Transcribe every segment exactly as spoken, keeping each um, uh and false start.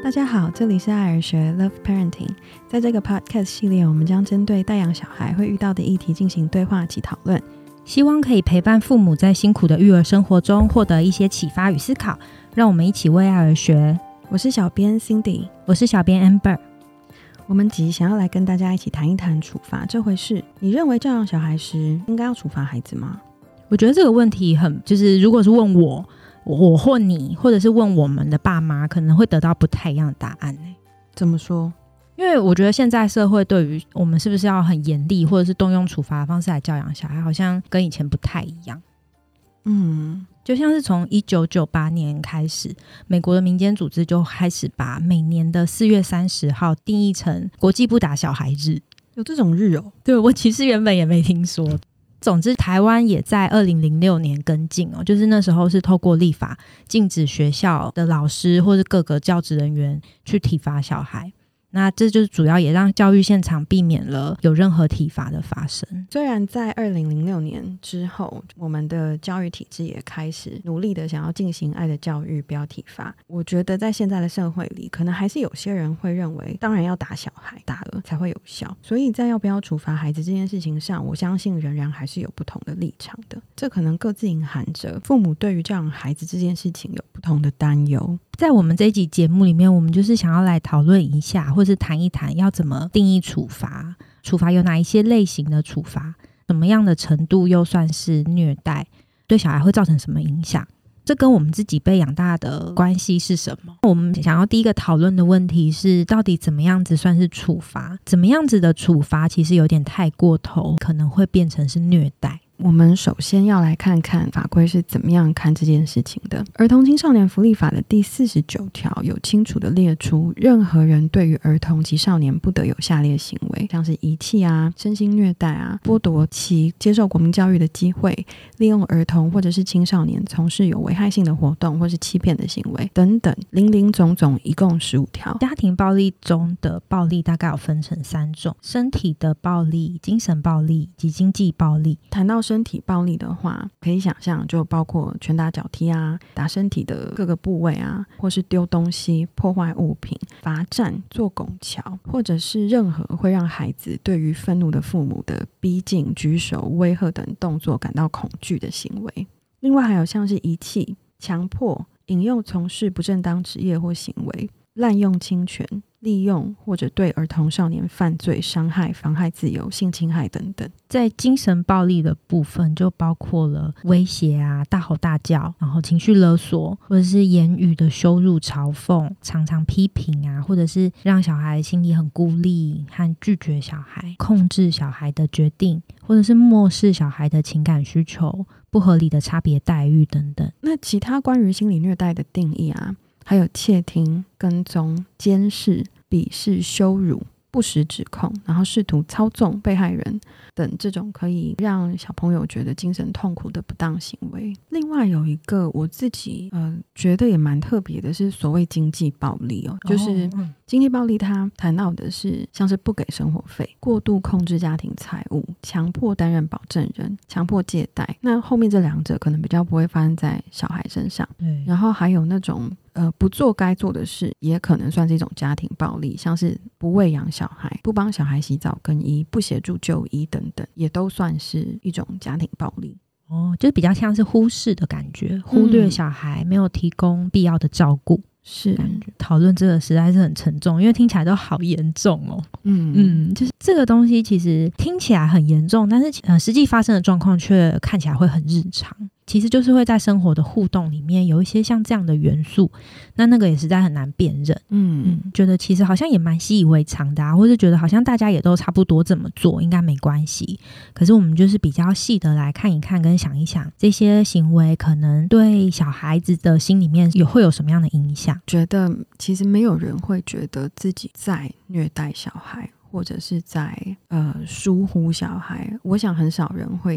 大家好，这里是爱儿学 Love Parenting。 在这个 podcast 系列，我们将针对带养小孩会遇到的议题进行对话及讨论， 希望可以陪伴父母在辛苦的育儿生活中获得一些启发与思考。让我们一起为爱而学。 我是小编 Cindy， 我是小编 Amber。 我们即想要来跟大家一起谈一谈处罚这回事。你认为教养小孩时应该要处罚孩子吗？ 我觉得这个问题很，就是如果是问我我或你，或者是问我们的爸妈，可能会得到不太一样的答案、欸、 怎么说？ 因为我觉得现在社会对于我们是不是要很严厉，或者是动用处罚的方式来教养小孩，好像跟以前不太一样。 嗯， 就像是从一九九八年开始，美国的民间组织就开始把每年的四月三十号定义成国际不打小孩日。 有这种日哦？ 对，我其实原本也没听说。总之台湾也在二零零六年跟进哦，就是那时候是透过立法禁止学校的老师或是各个教职人员去体罚小孩。那这就是主要也让教育现场避免了有任何体罚的发生。 虽然在二零零六年之后，我们的教育体制也开始努力的想要进行爱的教育，不要体罚，我觉得在现在的社会里，可能还是有些人会认为当然要打小孩，打了才会有效。所以在要不要处罚孩子这件事情上，我相信仍然还是有不同的立场的。这可能各自隐含着父母对于教养孩子这件事情有不同的担忧。 在我们这一集节目里面，我们就是想要来讨论一下，或是谈一谈要怎么定义处罚，处罚有哪一些类型的处罚，什么样的程度又算是虐待，对小孩会造成什么影响，这跟我们自己被养大的关系是什么。我们想要第一个讨论的问题是，到底怎么样子算是处罚，怎么样子的处罚其实有点太过头，可能会变成是虐待。 我们首先要来看看法规是怎么样看这件事情的。儿童青少年福利法的第四十九条有清楚的列出，任何人对于儿童及少年不得有下列行为，像是遗弃啊、身心虐待啊、剥夺其接受国民教育的机会、利用儿童或者是青少年从事有危害性的活动或是欺骗的行为等等，林林总总一共十五条。 家庭暴力中的暴力大概有分成三种：身体的暴力、精神暴力及经济暴力。 谈到身体暴力的话，可以想象就包括拳打脚踢啊，打身体的各个部位啊，或是丢东西、破坏物品、罚站、做拱桥，或者是任何会让孩子对于愤怒的父母的逼近、举手、威吓等动作感到恐惧的行为。另外还有像是遗弃、强迫、引诱从事不正当职业或行为、滥用侵权、利用或者对儿童少年犯罪、伤害、妨害自由、性侵害等等。 在精神暴力的部分就包括了威胁啊、大吼大叫，然后情绪勒索，或者是言语的羞辱、嘲讽，常常批评啊，或者是让小孩心里很孤立和拒绝小孩，控制小孩的决定，或者是漠视小孩的情感需求，不合理的差别待遇等等。 那其他关于心理虐待的定义啊，还有窃听、跟踪、监视、鄙视、羞辱、不实指控，然后试图操纵被害人等这种可以让小朋友觉得精神痛苦的不当行为。另外有一个我自己呃觉得也蛮特别的，是所谓经济暴力哦，就是经济暴力它谈到的是像是不给生活费、过度控制家庭财务、强迫担任保证人、强迫借贷。那后面这两者可能比较不会发生在小孩身上。 对， 然后还有那种呃，不做该做的事，也可能算是一种家庭暴力，像是不喂养小孩、不帮小孩洗澡更衣、不协助就医等等，也都算是一种家庭暴力。 哦，就是比较像是忽视的感觉，忽略小孩，没有提供必要的照顾。 是， 讨论这个实在是很沉重，因为听起来都好严重哦。嗯嗯，就是这个东西其实听起来很严重，但是呃，实际发生的状况却看起来会很日常。其实就是会在生活的互动里面有一些像这样的元素，那那个也实在很难辨认。嗯嗯，觉得其实好像也蛮习以为常的啊，或是觉得好像大家也都差不多这么做，应该没关系。可是我们就是比较细的来看一看跟想一想，这些行为可能对小孩子的心里面有会有什么样的影响。 觉得其实没有人会觉得自己在虐待小孩，或者是在呃疏忽小孩。我想很少人会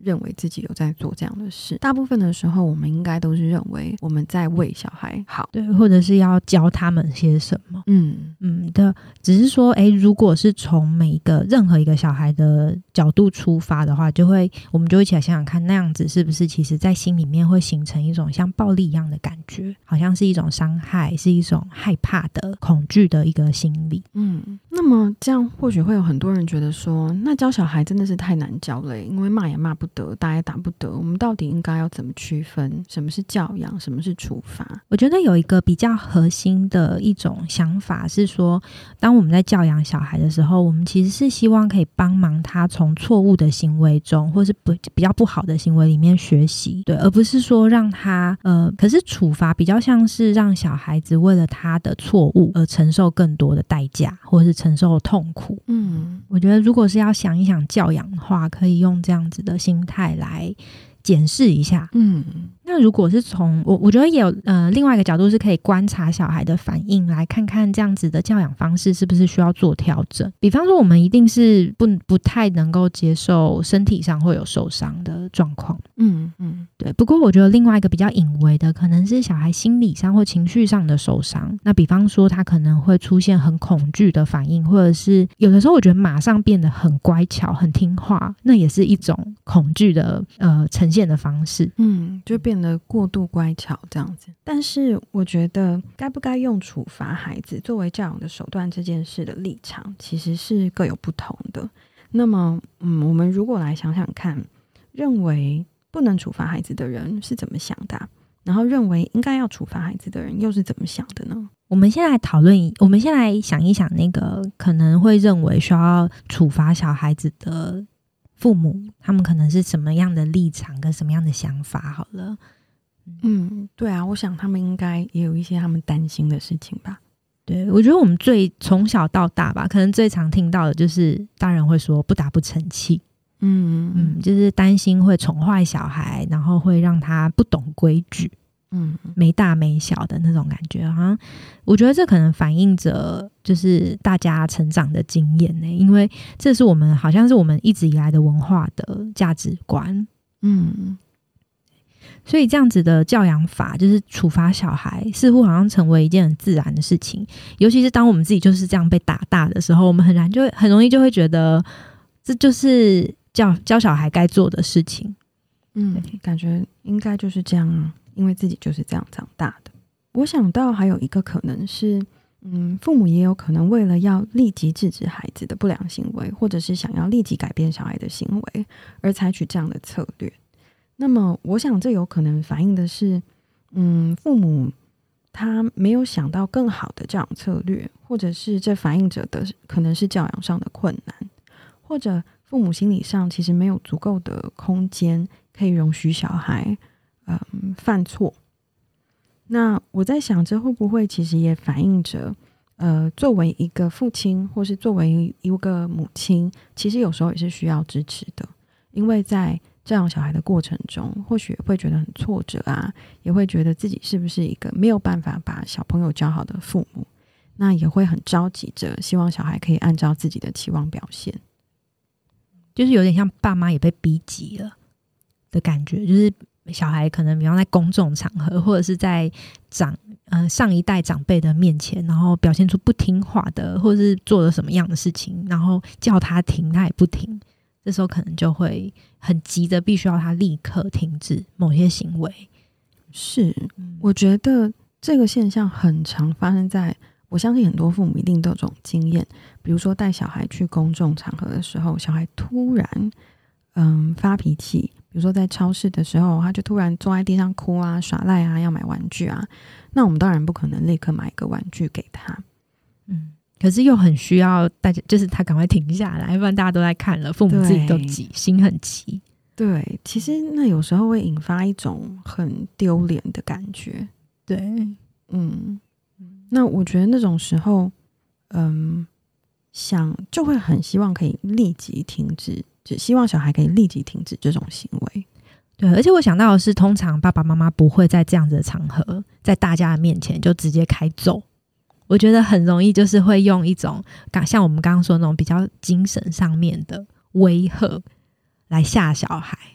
认为自己有在做这样的事。大部分的时候我们应该都是认为我们在为小孩好， 对，或者是要教他们些什么。 嗯嗯的，只是说诶，如果是从每一个任何一个小孩的角度出发的话，就会我们就一起来想想看，那样子是不是其实在心里面会形成一种像暴力一样的感觉，好像是一种伤害，是一种害怕的恐惧的一个心理。 嗯，那么这样或许会有很多人觉得说，那教小孩真的是太难教了，因为骂也骂不得，打也打不得，我们到底应该要怎么区分什么是教养，什么是处罚？ 我觉得有一个比较核心的一种想法是说，当我们在教养小孩的时候，我们其实是希望可以帮忙他从错误的行为中，或是不比较不好的行为里面学习，对，而不是说让他呃，可是处罚比较像是让小孩子为了他的错误而承受更多的代价，或是承受痛苦。 嗯， 我觉得如果是要想一想教养的话，可以用这样子的心态来检视一下。 嗯， 那如果是从我我觉得也有呃另外一个角度是可以观察小孩的反应，来看看这样子的教养方式是不是需要做调整。比方说我们一定是不不太能够接受身体上会有受伤的状况， 嗯嗯， 对。不过我觉得另外一个比较隐微的可能是小孩心理上或情绪上的受伤。那比方说他可能会出现很恐惧的反应，或者是有的时候我觉得马上变得很乖巧很听话，那也是一种恐惧的呃呈现的方式。 嗯，就变得过度乖巧这样子。但是我觉得该不该用处罚孩子作为教养的手段这件事的立场其实是各有不同的。那么嗯，我们如果来想想看，认为不能处罚孩子的人是怎么想的啊？然后认为应该要处罚孩子的人又是怎么想的呢？ 我们先来讨论，我们先来想一想那个可能会认为需要处罚小孩子的父母，他们可能是什么样的立场跟什么样的想法好了。 嗯，对啊，我想他们应该也有一些他们担心的事情吧。 对，我觉得我们最从小到大吧，可能最常听到的就是大人会说不打不成器。嗯嗯，就是担心会宠坏小孩，然后会让他不懂规矩，嗯，没大没小的那种感觉。好像我觉得这可能反映着就是大家成长的经验呢，因为这是我们好像是我们一直以来的文化的价值观。嗯，所以这样子的教养法，就是处罚小孩，似乎好像成为一件很自然的事情。尤其是当我们自己就是这样被打大的时候，我们很难就很容易就会觉得这就是教教小孩该做的事情。 嗯，感觉应该就是这样啊，因为自己就是这样长大的。我想到还有一个可能是，嗯，父母也有可能为了要立即制止孩子的不良行为，或者是想要立即改变小孩的行为，而采取这样的策略。那么我想这有可能反映的是，嗯，父母他没有想到更好的教养策略，或者是这反映着的可能是教养上的困难，或者父母心理上其实没有足够的空间可以容许小孩嗯犯错。那我在想，这会不会其实也反映着呃，作为一个父亲或是作为一个母亲，其实有时候也是需要支持的，因为在教养小孩的过程中，或许会觉得很挫折啊，也会觉得自己是不是一个没有办法把小朋友教好的父母，那也会很着急着希望小孩可以按照自己的期望表现， 就是有点像爸妈也被逼急了的感觉。就是小孩可能比方在公众场合，或者是在长呃上一代长辈的面前，然后表现出不听话的，或者是做了什么样的事情，然后叫他停他也不停，这时候可能就会很急的必须要他立刻停止某些行为。 是，我觉得这个现象很常发生在，我相信很多父母一定都有这种经验，比如说带小孩去公众场合的时候，小孩突然嗯发脾气，比如说在超市的时候，他就突然坐在地上哭啊耍赖啊要买玩具啊，那我们当然不可能立刻买一个玩具给他，嗯， 可是又很需要大家，就是他赶快停下来，不然大家都在看了，父母自己都急，心很急。 对，其实那有时候会引发一种很丢脸的感觉。 对， 嗯，那我觉得那种时候，嗯，想就会很希望可以立即停止，只希望小孩可以立即停止这种行为。 对，而且我想到的是，通常爸爸妈妈不会在这样子的场合，在大家的面前就直接开揍。我觉得很容易就是会用一种像我们刚刚说那种比较精神上面的威吓来吓小孩。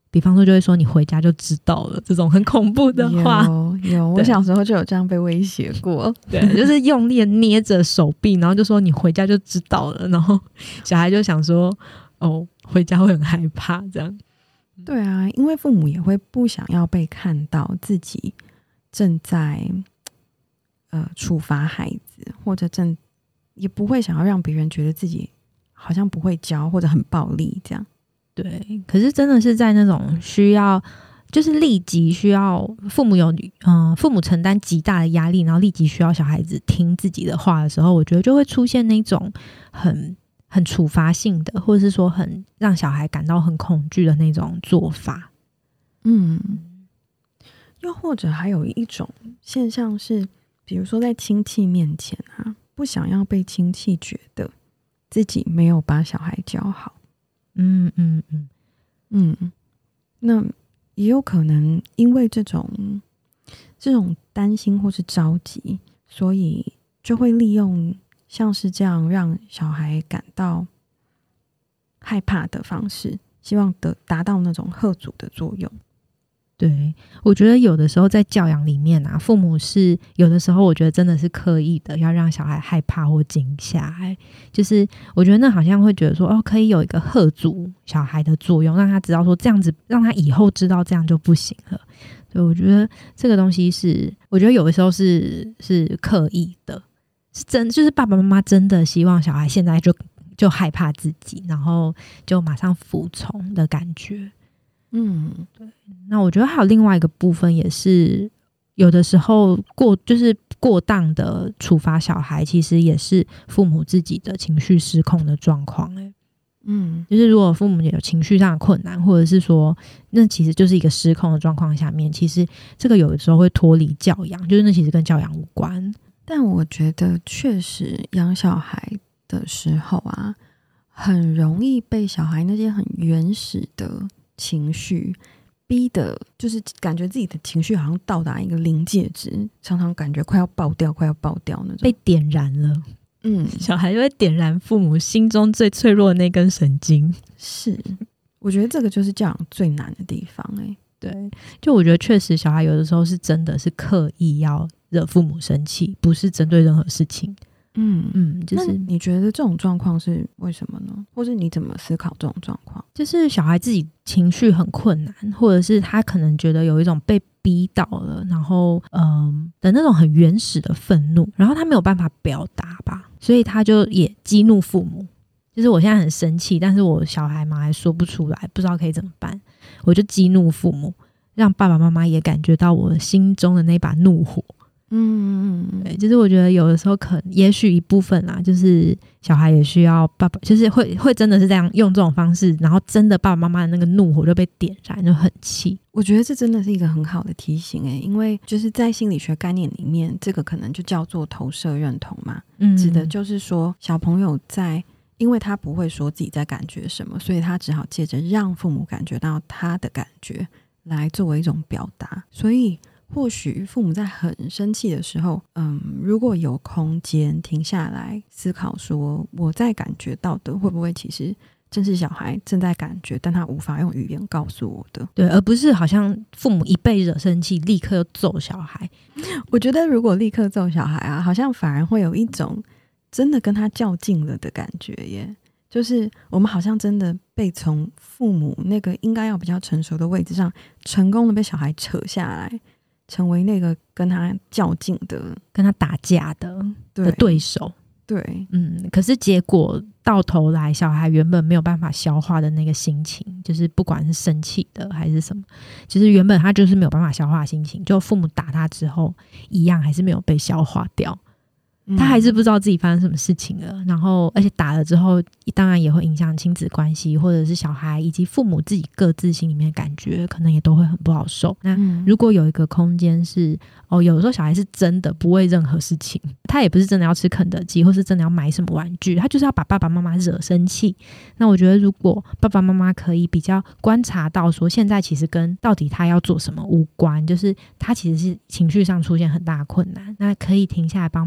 比方说就会说你回家就知道了，这种很恐怖的话。 有有，我小时候就有这样被威胁过。 对，就是用力捏着手臂，然后就说你回家就知道了，然后小孩就想说哦，回家会很害怕这样。 对啊，因为父母也会不想要被看到自己正在呃处罚孩子，或者正也不会想要让别人觉得自己好像不会教或者很暴力这样。 对，可是真的是在那种需要就是立即需要父母有嗯、呃、父母承担极大的压力，然后立即需要小孩子听自己的话的时候，我觉得就会出现那种很很处罚性的，或者是说很让小孩感到很恐惧的那种做法。 嗯，又或者还有一种现象是，比如说在亲戚面前啊，不想要被亲戚觉得自己没有把小孩教好。 嗯嗯嗯嗯，那也有可能因为这种这种担心或是着急，所以就会利用像是这样让小孩感到害怕的方式，希望得达到那种吓阻的作用。 对，我觉得有的时候在教养里面啊，父母是有的时候我觉得真的是刻意的要让小孩害怕或惊吓、欸、就是我觉得那好像会觉得说哦，可以有一个吓阻小孩的作用，让他知道说这样子，让他以后知道这样就不行了。所以我觉得这个东西是我觉得有的时候是是刻意的，是真就是爸爸妈妈真的希望小孩现在就就害怕自己，然后就马上服从的感觉。 嗯， 对。那我觉得还有另外一个部分，也是有的时候过就是过当的处罚小孩，其实也是父母自己的情绪失控的状况、欸。 嗯， 就是如果父母有情绪上的困难，或者是说那其实就是一个失控的状况下面，其实这个有的时候会脱离教养，就是那其实跟教养无关。 但我觉得确实养小孩的时候啊，很容易被小孩那些很原始的情绪逼的，就是感觉自己的情绪好像到达一个临界值，常常感觉快要爆掉快要爆掉那种， 被点燃了。 嗯， 小孩就会点燃父母心中最脆弱的那根神经。 是，我觉得这个就是教养最难的地方、欸、 对，就我觉得确实小孩有的时候是真的是刻意要惹父母生气，不是针对任何事情。 嗯嗯，就是你觉得这种状况是为什么呢？或是你怎么思考这种状况？ 就是小孩自己情绪很困难，或者是他可能觉得有一种被逼到了，然后嗯的那种很原始的愤怒，然后他没有办法表达吧，所以他就也激怒父母。就是我现在很生气，但是我小孩嘛还说不出来，不知道可以怎么办，我就激怒父母，让爸爸妈妈也感觉到我心中的那把怒火。嗯，对，就是我觉得有的时候可能也许一部分啦，就是小孩也需要爸爸，就是会会真的是这样用这种方式，然后真的爸爸妈妈的那个怒火就被点燃，就很气。 我觉得这真的是一个很好的提醒欸，因为就是在心理学概念里面，这个可能就叫做投射认同嘛，嗯，指的就是说小朋友在因为他不会说自己在感觉什么，所以他只好借着让父母感觉到他的感觉来作为一种表达。所以或许父母在很生气的时候，嗯，如果有空间停下来思考说我在感觉到的会不会其实正是小孩正在感觉，但他无法用语言告诉我的。 对，而不是好像父母一被惹生气立刻揍小孩。 我觉得如果立刻揍小孩啊，好像反而会有一种真的跟他较劲了的感觉耶，就是我们好像真的被从父母那个应该要比较成熟的位置上成功的被小孩扯下来，成为那个跟他较劲的跟他打架的的对手。 对， 嗯，可是结果到头来小孩原本没有办法消化的那个心情，就是不管是生气的还是什么，就是原本他就是没有办法消化的心情，就父母打他之后一样还是没有被消化掉，他还是不知道自己发生什么事情了，然后而且打了之后当然也会影响亲子关系，或者是小孩以及父母自己各自心里面的感觉可能也都会很不好受。那如果有一个空间是哦，有的时候小孩是真的不为任何事情，他也不是真的要吃肯德基或是真的要买什么玩具，他就是要把爸爸妈妈惹生气。那我觉得如果爸爸妈妈可以比较观察到说现在其实跟到底他要做什么无关，就是他其实是情绪上出现很大的困难，那可以停下来帮忙他，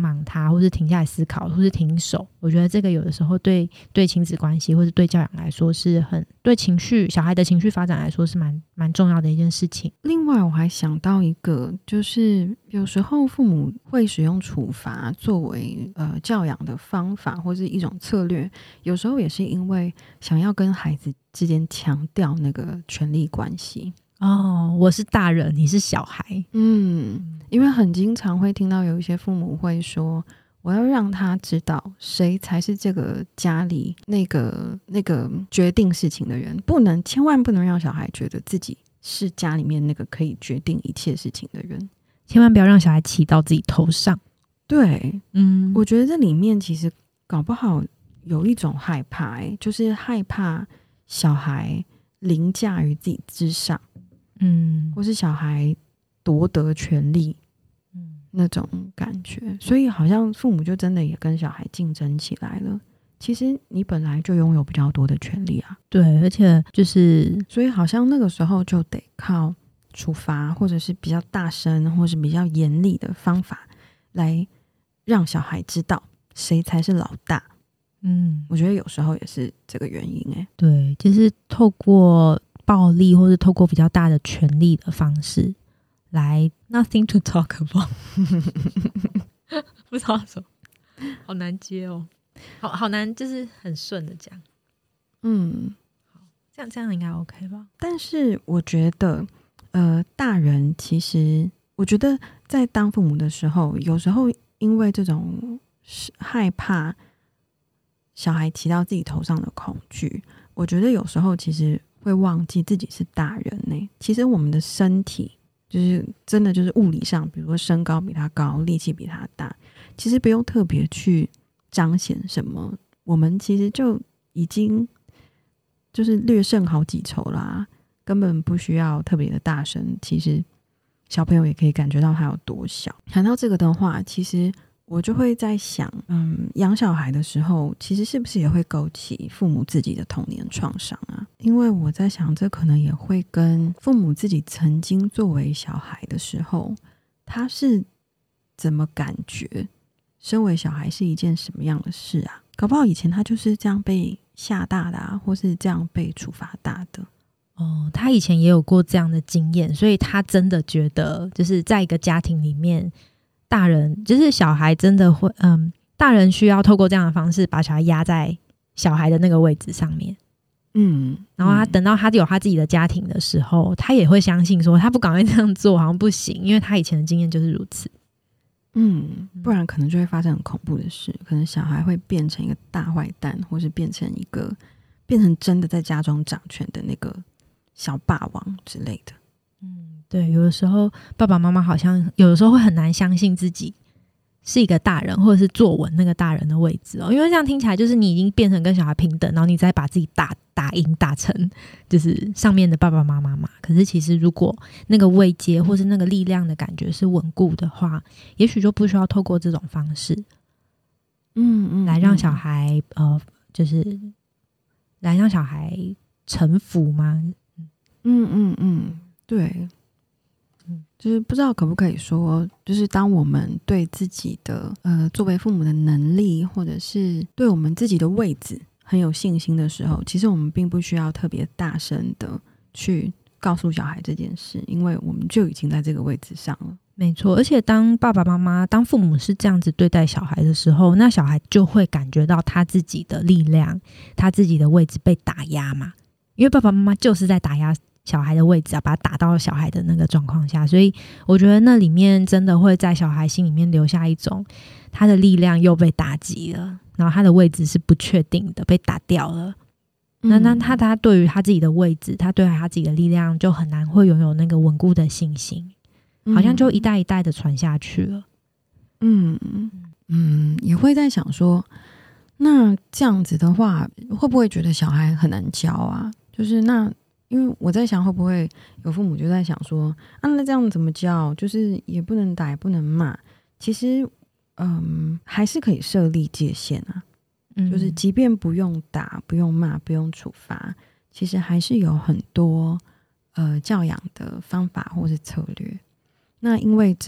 或是停下来思考，或是停手。我觉得这个有的时候对对亲子关系或是对教养来说是很对情绪小孩的情绪发展来说是蛮蛮重要的一件事情。 另外我还想到一个，就是有时候父母会使用处罚作为呃教养的方法或是一种策略，有时候也是因为想要跟孩子之间强调那个权力关系。 哦，我是大人，你是小孩。 嗯，因为很经常会听到有一些父母会说，我要让他知道谁才是这个家里那个那个决定事情的人，不能千万不能让小孩觉得自己是家里面那个可以决定一切事情的人， 千万不要让小孩骑到自己头上。 对， 嗯， 我觉得这里面其实搞不好有一种害怕、欸、就是害怕小孩凌驾于自己之上，嗯，或是小孩夺得权利，嗯，那种感觉，所以好像父母就真的也跟小孩竞争起来了。其实你本来就拥有比较多的权利啊， 对，而且就是所以好像那个时候就得靠处罚，或者是比较大声，或是比较严厉的方法来让小孩知道谁才是老大。嗯，我觉得有时候也是这个原因、欸、 对，就是透过暴力或是透过比较大的权力的方式来 nothing to talk about 不知道什么，好难接哦，好好难，就是很顺的讲。嗯，好，这样这样应该 OK 吧？ 但是我觉得呃，大人其实我觉得在当父母的时候，有时候因为这种害怕小孩骑到自己头上的恐惧，我觉得有时候其实会忘记自己是大人呢、欸。其实我们的身体就是真的就是物理上，比如说身高比他高，力气比他大，其实不用特别去彰显什么，我们其实就已经就是略胜好几筹啦，根本不需要特别的大声，其实小朋友也可以感觉到他有多小。谈到这个的话，其实我就会在想，嗯，养小孩的时候，其实是不是也会勾起父母自己的童年创伤啊？因为我在想，这可能也会跟父母自己曾经作为小孩的时候，他是怎么感觉身为小孩是一件什么样的事啊？搞不好以前他就是这样被吓大的啊，或是这样被处罚大的。 哦，他以前也有过这样的经验，所以他真的觉得就是在一个家庭里面，大人就是小孩真的会嗯，大人需要透过这样的方式把小孩压在小孩的那个位置上面。嗯，然后他等到他有他自己的家庭的时候，他也会相信说他不赶快这样做好像不行，因为他以前的经验就是如此。 嗯，不然可能就会发生很恐怖的事，可能小孩会变成一个大坏蛋，或是变成一个变成真的在家中掌权的那个小霸王之类的。 嗯，对，有的时候爸爸妈妈好像有的时候会很难相信自己是一个大人，或者是坐稳那个大人的位置哦，因为这样听起来就是你已经变成跟小孩平等，然后你再把自己打打赢打成就是上面的爸爸妈妈嘛。可是其实如果那个位阶或是那个力量的感觉是稳固的话，也许就不需要透过这种方式，嗯嗯，来让小孩呃，就是来让小孩臣服吗？ 嗯嗯嗯，对。就是不知道可不可以说，就是当我们对自己的呃作为父母的能力，或者是对我们自己的位置很有信心的时候，其实我们并不需要特别大声的去告诉小孩这件事，因为我们就已经在这个位置上了。 没错，而且当爸爸妈妈当父母是这样子对待小孩的时候，那小孩就会感觉到他自己的力量，他自己的位置被打压嘛，因为爸爸妈妈就是在打压小孩的位置啊，把他打到小孩的那个状况下，所以我觉得那里面真的会在小孩心里面留下一种他的力量又被打击了，然后他的位置是不确定的，被打掉了。那那他他对于他自己的位置，他对他自己的力量就很难会拥有那个稳固的信心，好像就一代一代的传下去了。 嗯嗯，也会在想说，那这样子的话，会不会觉得小孩很难教啊？就是那。因为我在想会不会有父母就在想说啊，那这样怎么教，就是也不能打也不能骂，其实嗯还是可以设立界限啊、嗯、就是即便不用打不用骂不用处罚，其实还是有很多呃教养的方法或是策略。那因为这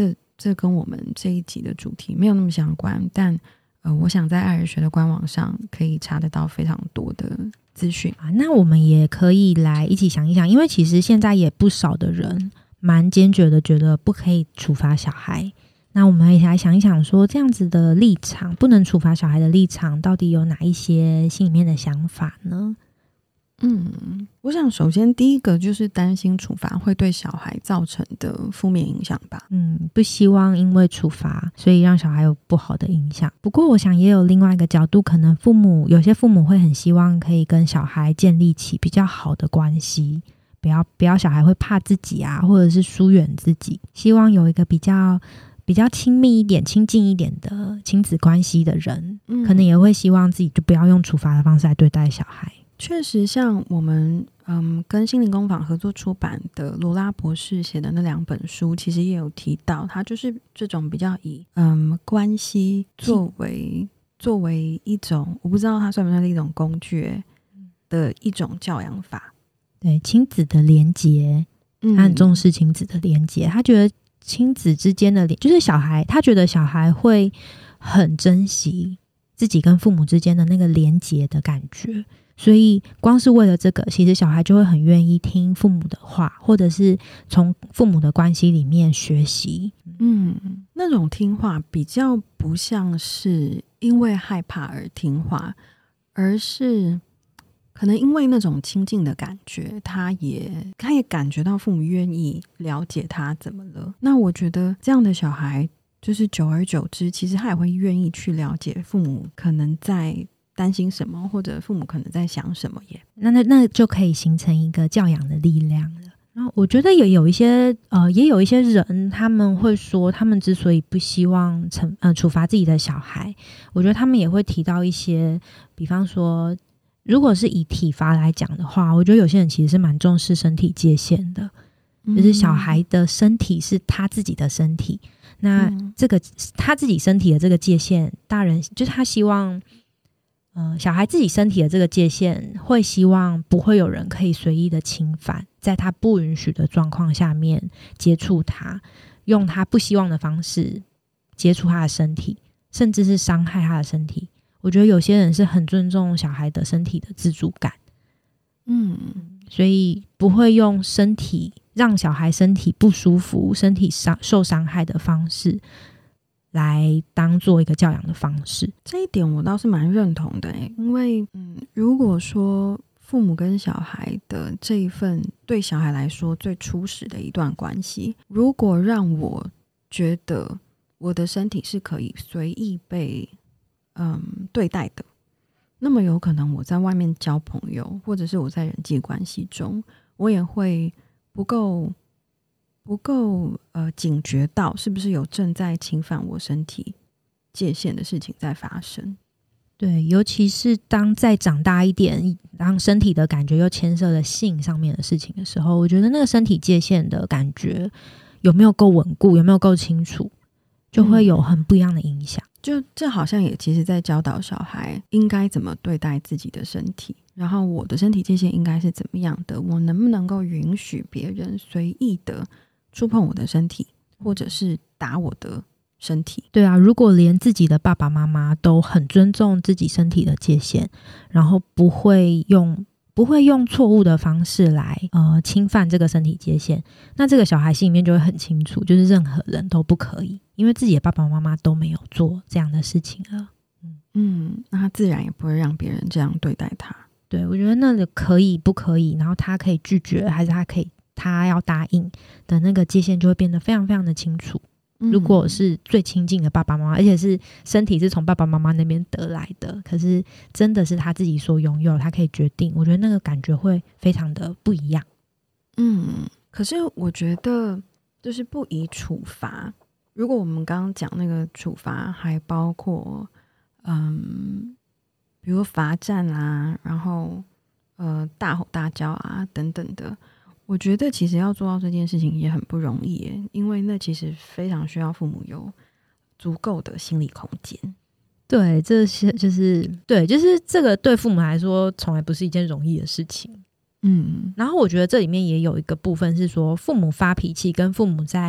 这跟我们这一集的主题没有那么相关，但呃，我想在爱儿学的官网上可以查得到非常多的资讯啊。那我们也可以来一起想一想，因为其实现在也不少的人蛮坚决的觉得不可以处罚小孩，那我们也来想一想说，这样子的立场，不能处罚小孩的立场到底有哪一些心里面的想法呢？ 嗯，我想首先第一个就是担心处罚会对小孩造成的负面影响吧。 嗯，不希望因为处罚所以让小孩有不好的影响。不过我想也有另外一个角度，可能父母有些父母会很希望可以跟小孩建立起比较好的关系，不要不要小孩会怕自己啊，或者是疏远自己，希望有一个比较比较亲密一点亲近一点的亲子关系的人、嗯、可能也会希望自己就不要用处罚的方式来对待小孩。 确实像我们嗯跟心灵工坊合作出版的罗拉博士写的那两本书，其实也有提到他就是这种比较以嗯关系作为作为一种，我不知道他算不算是一种工具的一种教养法。 对，亲子的连结，他很重视亲子的连结、嗯、他觉得亲子之间的连就是小孩，他觉得小孩会很珍惜自己跟父母之间的那个连结的感觉，所以光是为了这个，其实小孩就会很愿意听父母的话，或者是从父母的关系里面学习。 嗯，那种听话比较不像是因为害怕而听话，而是可能因为那种亲近的感觉，他也他也感觉到父母愿意了解他怎么了。那我觉得这样的小孩就是久而久之，其实他也会愿意去了解父母可能在担心什么，或者父母可能在想什么耶。 那那那就可以形成一个教养的力量了。然后我觉得也有一些呃，也有一些人他们会说，他们之所以不希望惩呃处罚自己的小孩，我觉得他们也会提到一些，比方说，如果是以体罚来讲的话，我觉得有些人其实是蛮重视身体界限的，就是小孩的身体是他自己的身体，那这个他自己身体的这个界限，大人就是他希望。呃，小孩自己身体的这个界限，会希望不会有人可以随意的侵犯，在他不允许的状况下面接触他，用他不希望的方式接触他的身体，甚至是伤害他的身体。我觉得有些人是很尊重小孩的身体的自主感，嗯，所以不会用身体让小孩身体不舒服、身体伤受伤害的方式来当做一个教养的方式。 这一点我倒是蛮认同的耶，因为嗯，如果说父母跟小孩的这一份对小孩来说最初始的一段关系，如果让我觉得我的身体是可以随意被嗯对待的，那么有可能我在外面交朋友，或者是我在人际关系中，我也会不够不够呃警觉到是不是有正在侵犯我身体界限的事情在发生。 对，尤其是当再长大一点，当身体的感觉又牵涉了性上面的事情的时候，我觉得那个身体界限的感觉有没有够稳固，有没有够清楚，就会有很不一样的影响、嗯、 就这好像也其实在教导小孩应该怎么对待自己的身体，然后我的身体界限应该是怎么样的，我能不能够允许别人随意的触碰我的身体，或者是打我的身体。 对啊，如果连自己的爸爸妈妈都很尊重自己身体的界限，然后不会用不会用错误的方式来呃侵犯这个身体界限，那这个小孩心里面就会很清楚，就是任何人都不可以，因为自己的爸爸妈妈都没有做这样的事情了。 嗯嗯，那他自然也不会让别人这样对待他。 对，我觉得那个可以不可以，然后他可以拒绝还是他可以他要答应的那个界限就会变得非常非常的清楚。如果是最亲近的爸爸妈妈，而且是身体是从爸爸妈妈那边得来的，可是真的是他自己所拥有，他可以决定，我觉得那个感觉会非常的不一样。 嗯，可是我觉得就是不以处罚，如果我们刚刚讲那个处罚还包括嗯，比如罚站啊，然后呃大吼大叫啊等等的，我觉得其实要做到这件事情也很不容易耶，因为那其实非常需要父母有足够的心理空间。 对，这些就是对，就是这个对父母来说从来不是一件容易的事情。嗯，然后我觉得这里面也有一个部分是说，父母发脾气跟父母在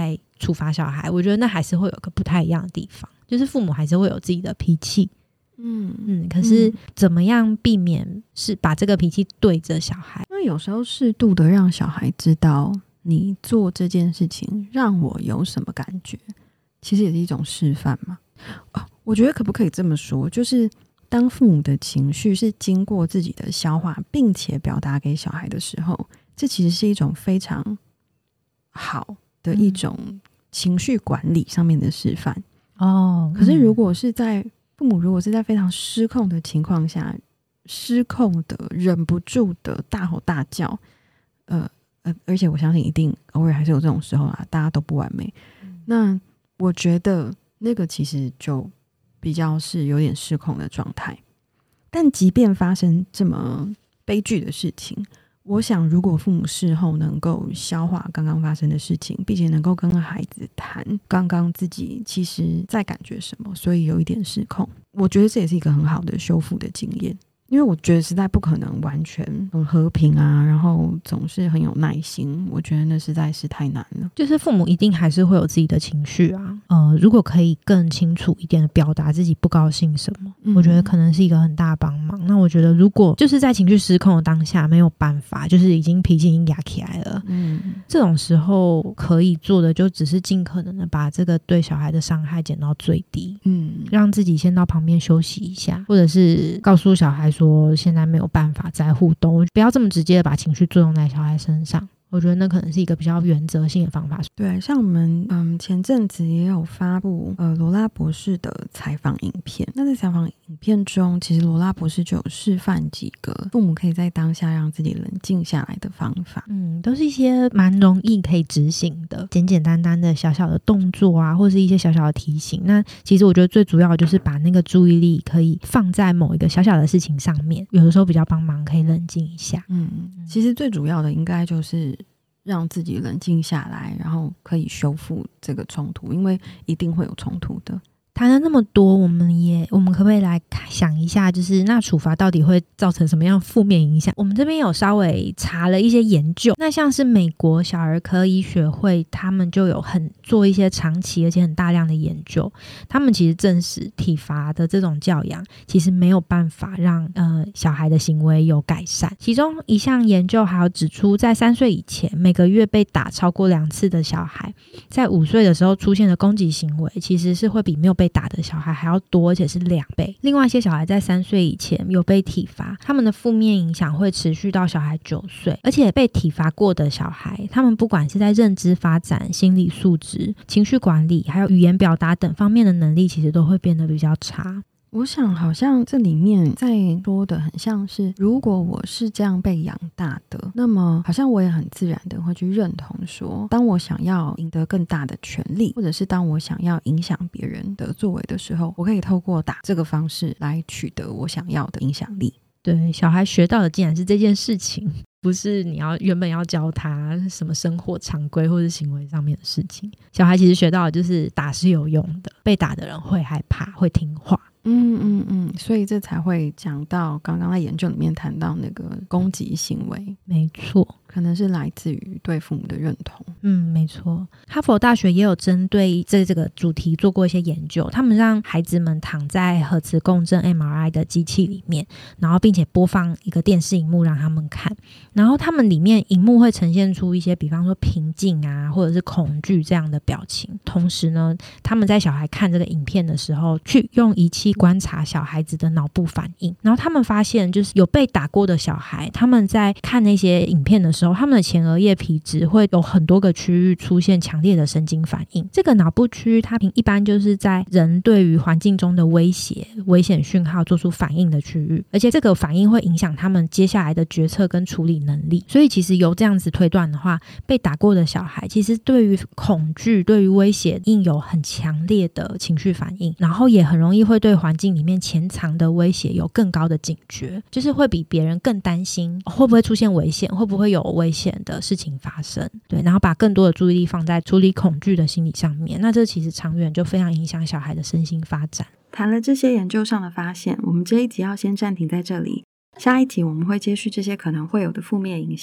处罚小孩，我觉得那还是会有个不太一样的地方，就是父母还是会有自己的脾气，嗯嗯，可是怎么样避免是把这个脾气对着小孩？ 因为有时候适度的让小孩知道你做这件事情让我有什么感觉，其实也是一种示范嘛。哦，我觉得可不可以这么说，就是当父母的情绪是经过自己的消化并且表达给小孩的时候，这其实是一种非常好的一种情绪管理上面的示范哦。可是如果是在父母如果是在非常失控的情况下，失控的忍不住的大吼大叫，呃呃，而且我相信一定偶尔还是有这种时候啊，大家都不完美，嗯，那我觉得那个其实就比较是有点失控的状态。但即便发生这么悲剧的事情，我想如果父母事后能够消化刚刚发生的事情，并且能够跟孩子谈刚刚自己其实在感觉什么，所以有一点失控，我觉得这也是一个很好的修复的经验。因为我觉得实在不可能完全很和平啊，然后总是很有耐心，我觉得那实在是太难了。 就是父母一定还是会有自己的情绪啊，呃，如果可以更清楚一点的表达自己不高兴什么，嗯，我觉得可能是一个很大的帮忙。那我觉得如果就是在情绪失控的当下没有办法，就是已经脾气已经压起来了，嗯，这种时候可以做的就只是尽可能的把这个对小孩的伤害减到最低，嗯，让自己先到旁边休息一下，或者是告诉小孩说说现在没有办法再互动，不要这么直接的把情绪作用在小孩身上，我觉得那可能是一个比较原则性的方法。 对，像我们嗯前阵子也有发布呃罗拉博士的采访影片，那在采访影片中，其实罗拉博士就有示范几个父母可以在当下让自己冷静下来的方法， 嗯，都是一些蛮容易可以执行的简简单单的小小的动作啊，或是一些小小的提醒。那其实我觉得最主要的就是把那个注意力可以放在某一个小小的事情上面，有的时候比较帮忙可以冷静一下。 嗯，其实最主要的应该就是让自己冷静下来，然后可以修复这个冲突，因为一定会有冲突的。 谈了那么多，我们也我们可不可以来想一下，就是那处罚到底会造成什么样负面影响？我们这边有稍微查了一些研究，那像是美国小儿科医学会，他们就有很做一些长期而且很大量的研究，他们其实证实体罚的这种教养其实没有办法让呃小孩的行为有改善。其中一项研究还有指出，在三岁以前每个月被打超过两次的小孩，在五岁的时候出现的攻击行为其实是会比没有被打的小孩还要多，而且是两倍。另外一些小孩在三岁以前有被体罚，他们的负面影响会持续到小孩九岁，而且被体罚过的小孩，他们不管是在认知发展、心理素质、情绪管理还有语言表达等方面的能力其实都会变得比较差。 我想好像这里面在说的很像是，如果我是这样被养大的，那么好像我也很自然的会去认同说，当我想要赢得更大的权利，或者是当我想要影响别人的作为的时候，我可以透过打这个方式来取得我想要的影响力。 对，小孩学到的竟然是这件事情，不是你要原本要教他什么生活常规或是行为上面的事情。小孩其实学到的就是打是有用的，被打的人会害怕，会听话。 嗯嗯嗯，所以这才会讲到刚刚在研究里面谈到那个攻击行为。 没错， 可能是来自于对父母的认同。 嗯，没错。哈佛大学也有针对这这个主题做过一些研究，他们让孩子们躺在核磁共振 M R I 的机器里面，然后并且播放一个电视荧幕让他们看，然后他们里面荧幕会呈现出一些比方说平静啊或者是恐惧这样的表情，同时呢他们在小孩看这个影片的时候去用仪器观察小孩子的脑部反应，然后他们发现就是有被打过的小孩，他们在看那些影片的时候，他们的前额叶皮质会有很多个区域出现强烈的神经反应。这个脑部区域它一般就是在人对于环境中的威胁危险讯号做出反应的区域，而且这个反应会影响他们接下来的决策跟处理能力。所以其实由这样子推断的话，被打过的小孩其实对于恐惧对于威胁应有很强烈的情绪反应，然后也很容易会对环境里面潜藏的威胁有更高的警觉，就是会比别人更担心会不会出现危险，会不会有危险的事情发生。对，然后把更多的注意力放在处理恐惧的心理上面，那这其实长远就非常影响小孩的身心发展。 谈了这些研究上的发现，我们这一集要先暂停在这里，下一集我们会接续这些可能会有的负面影响，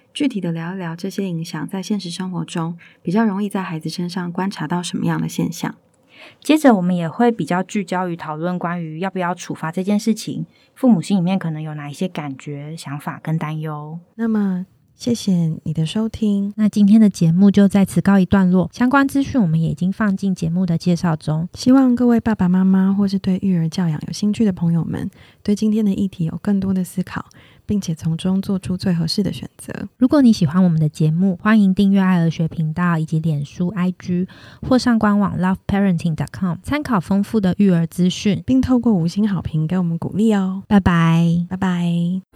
具体的聊一聊这些影响在现实生活中比较容易在孩子身上观察到什么样的现象。 接着我们也会比较聚焦于讨论关于要不要处罚这件事情，父母心里面可能有哪一些感觉、想法跟担忧。 那么谢谢你的收听， 那今天的节目就在此告一段落，相关资讯我们也已经放进节目的介绍中。 希望各位爸爸妈妈或是对育儿教养有兴趣的朋友们，对今天的议题有更多的思考，并且从中做出最合适的选择。 如果你喜欢我们的节目，欢迎订阅爱儿学频道以及脸书 I G， 或上官网 love parenting dot com 参考丰富的育儿资讯， 并透过五星好评给我们鼓励哦。 拜拜， 拜拜。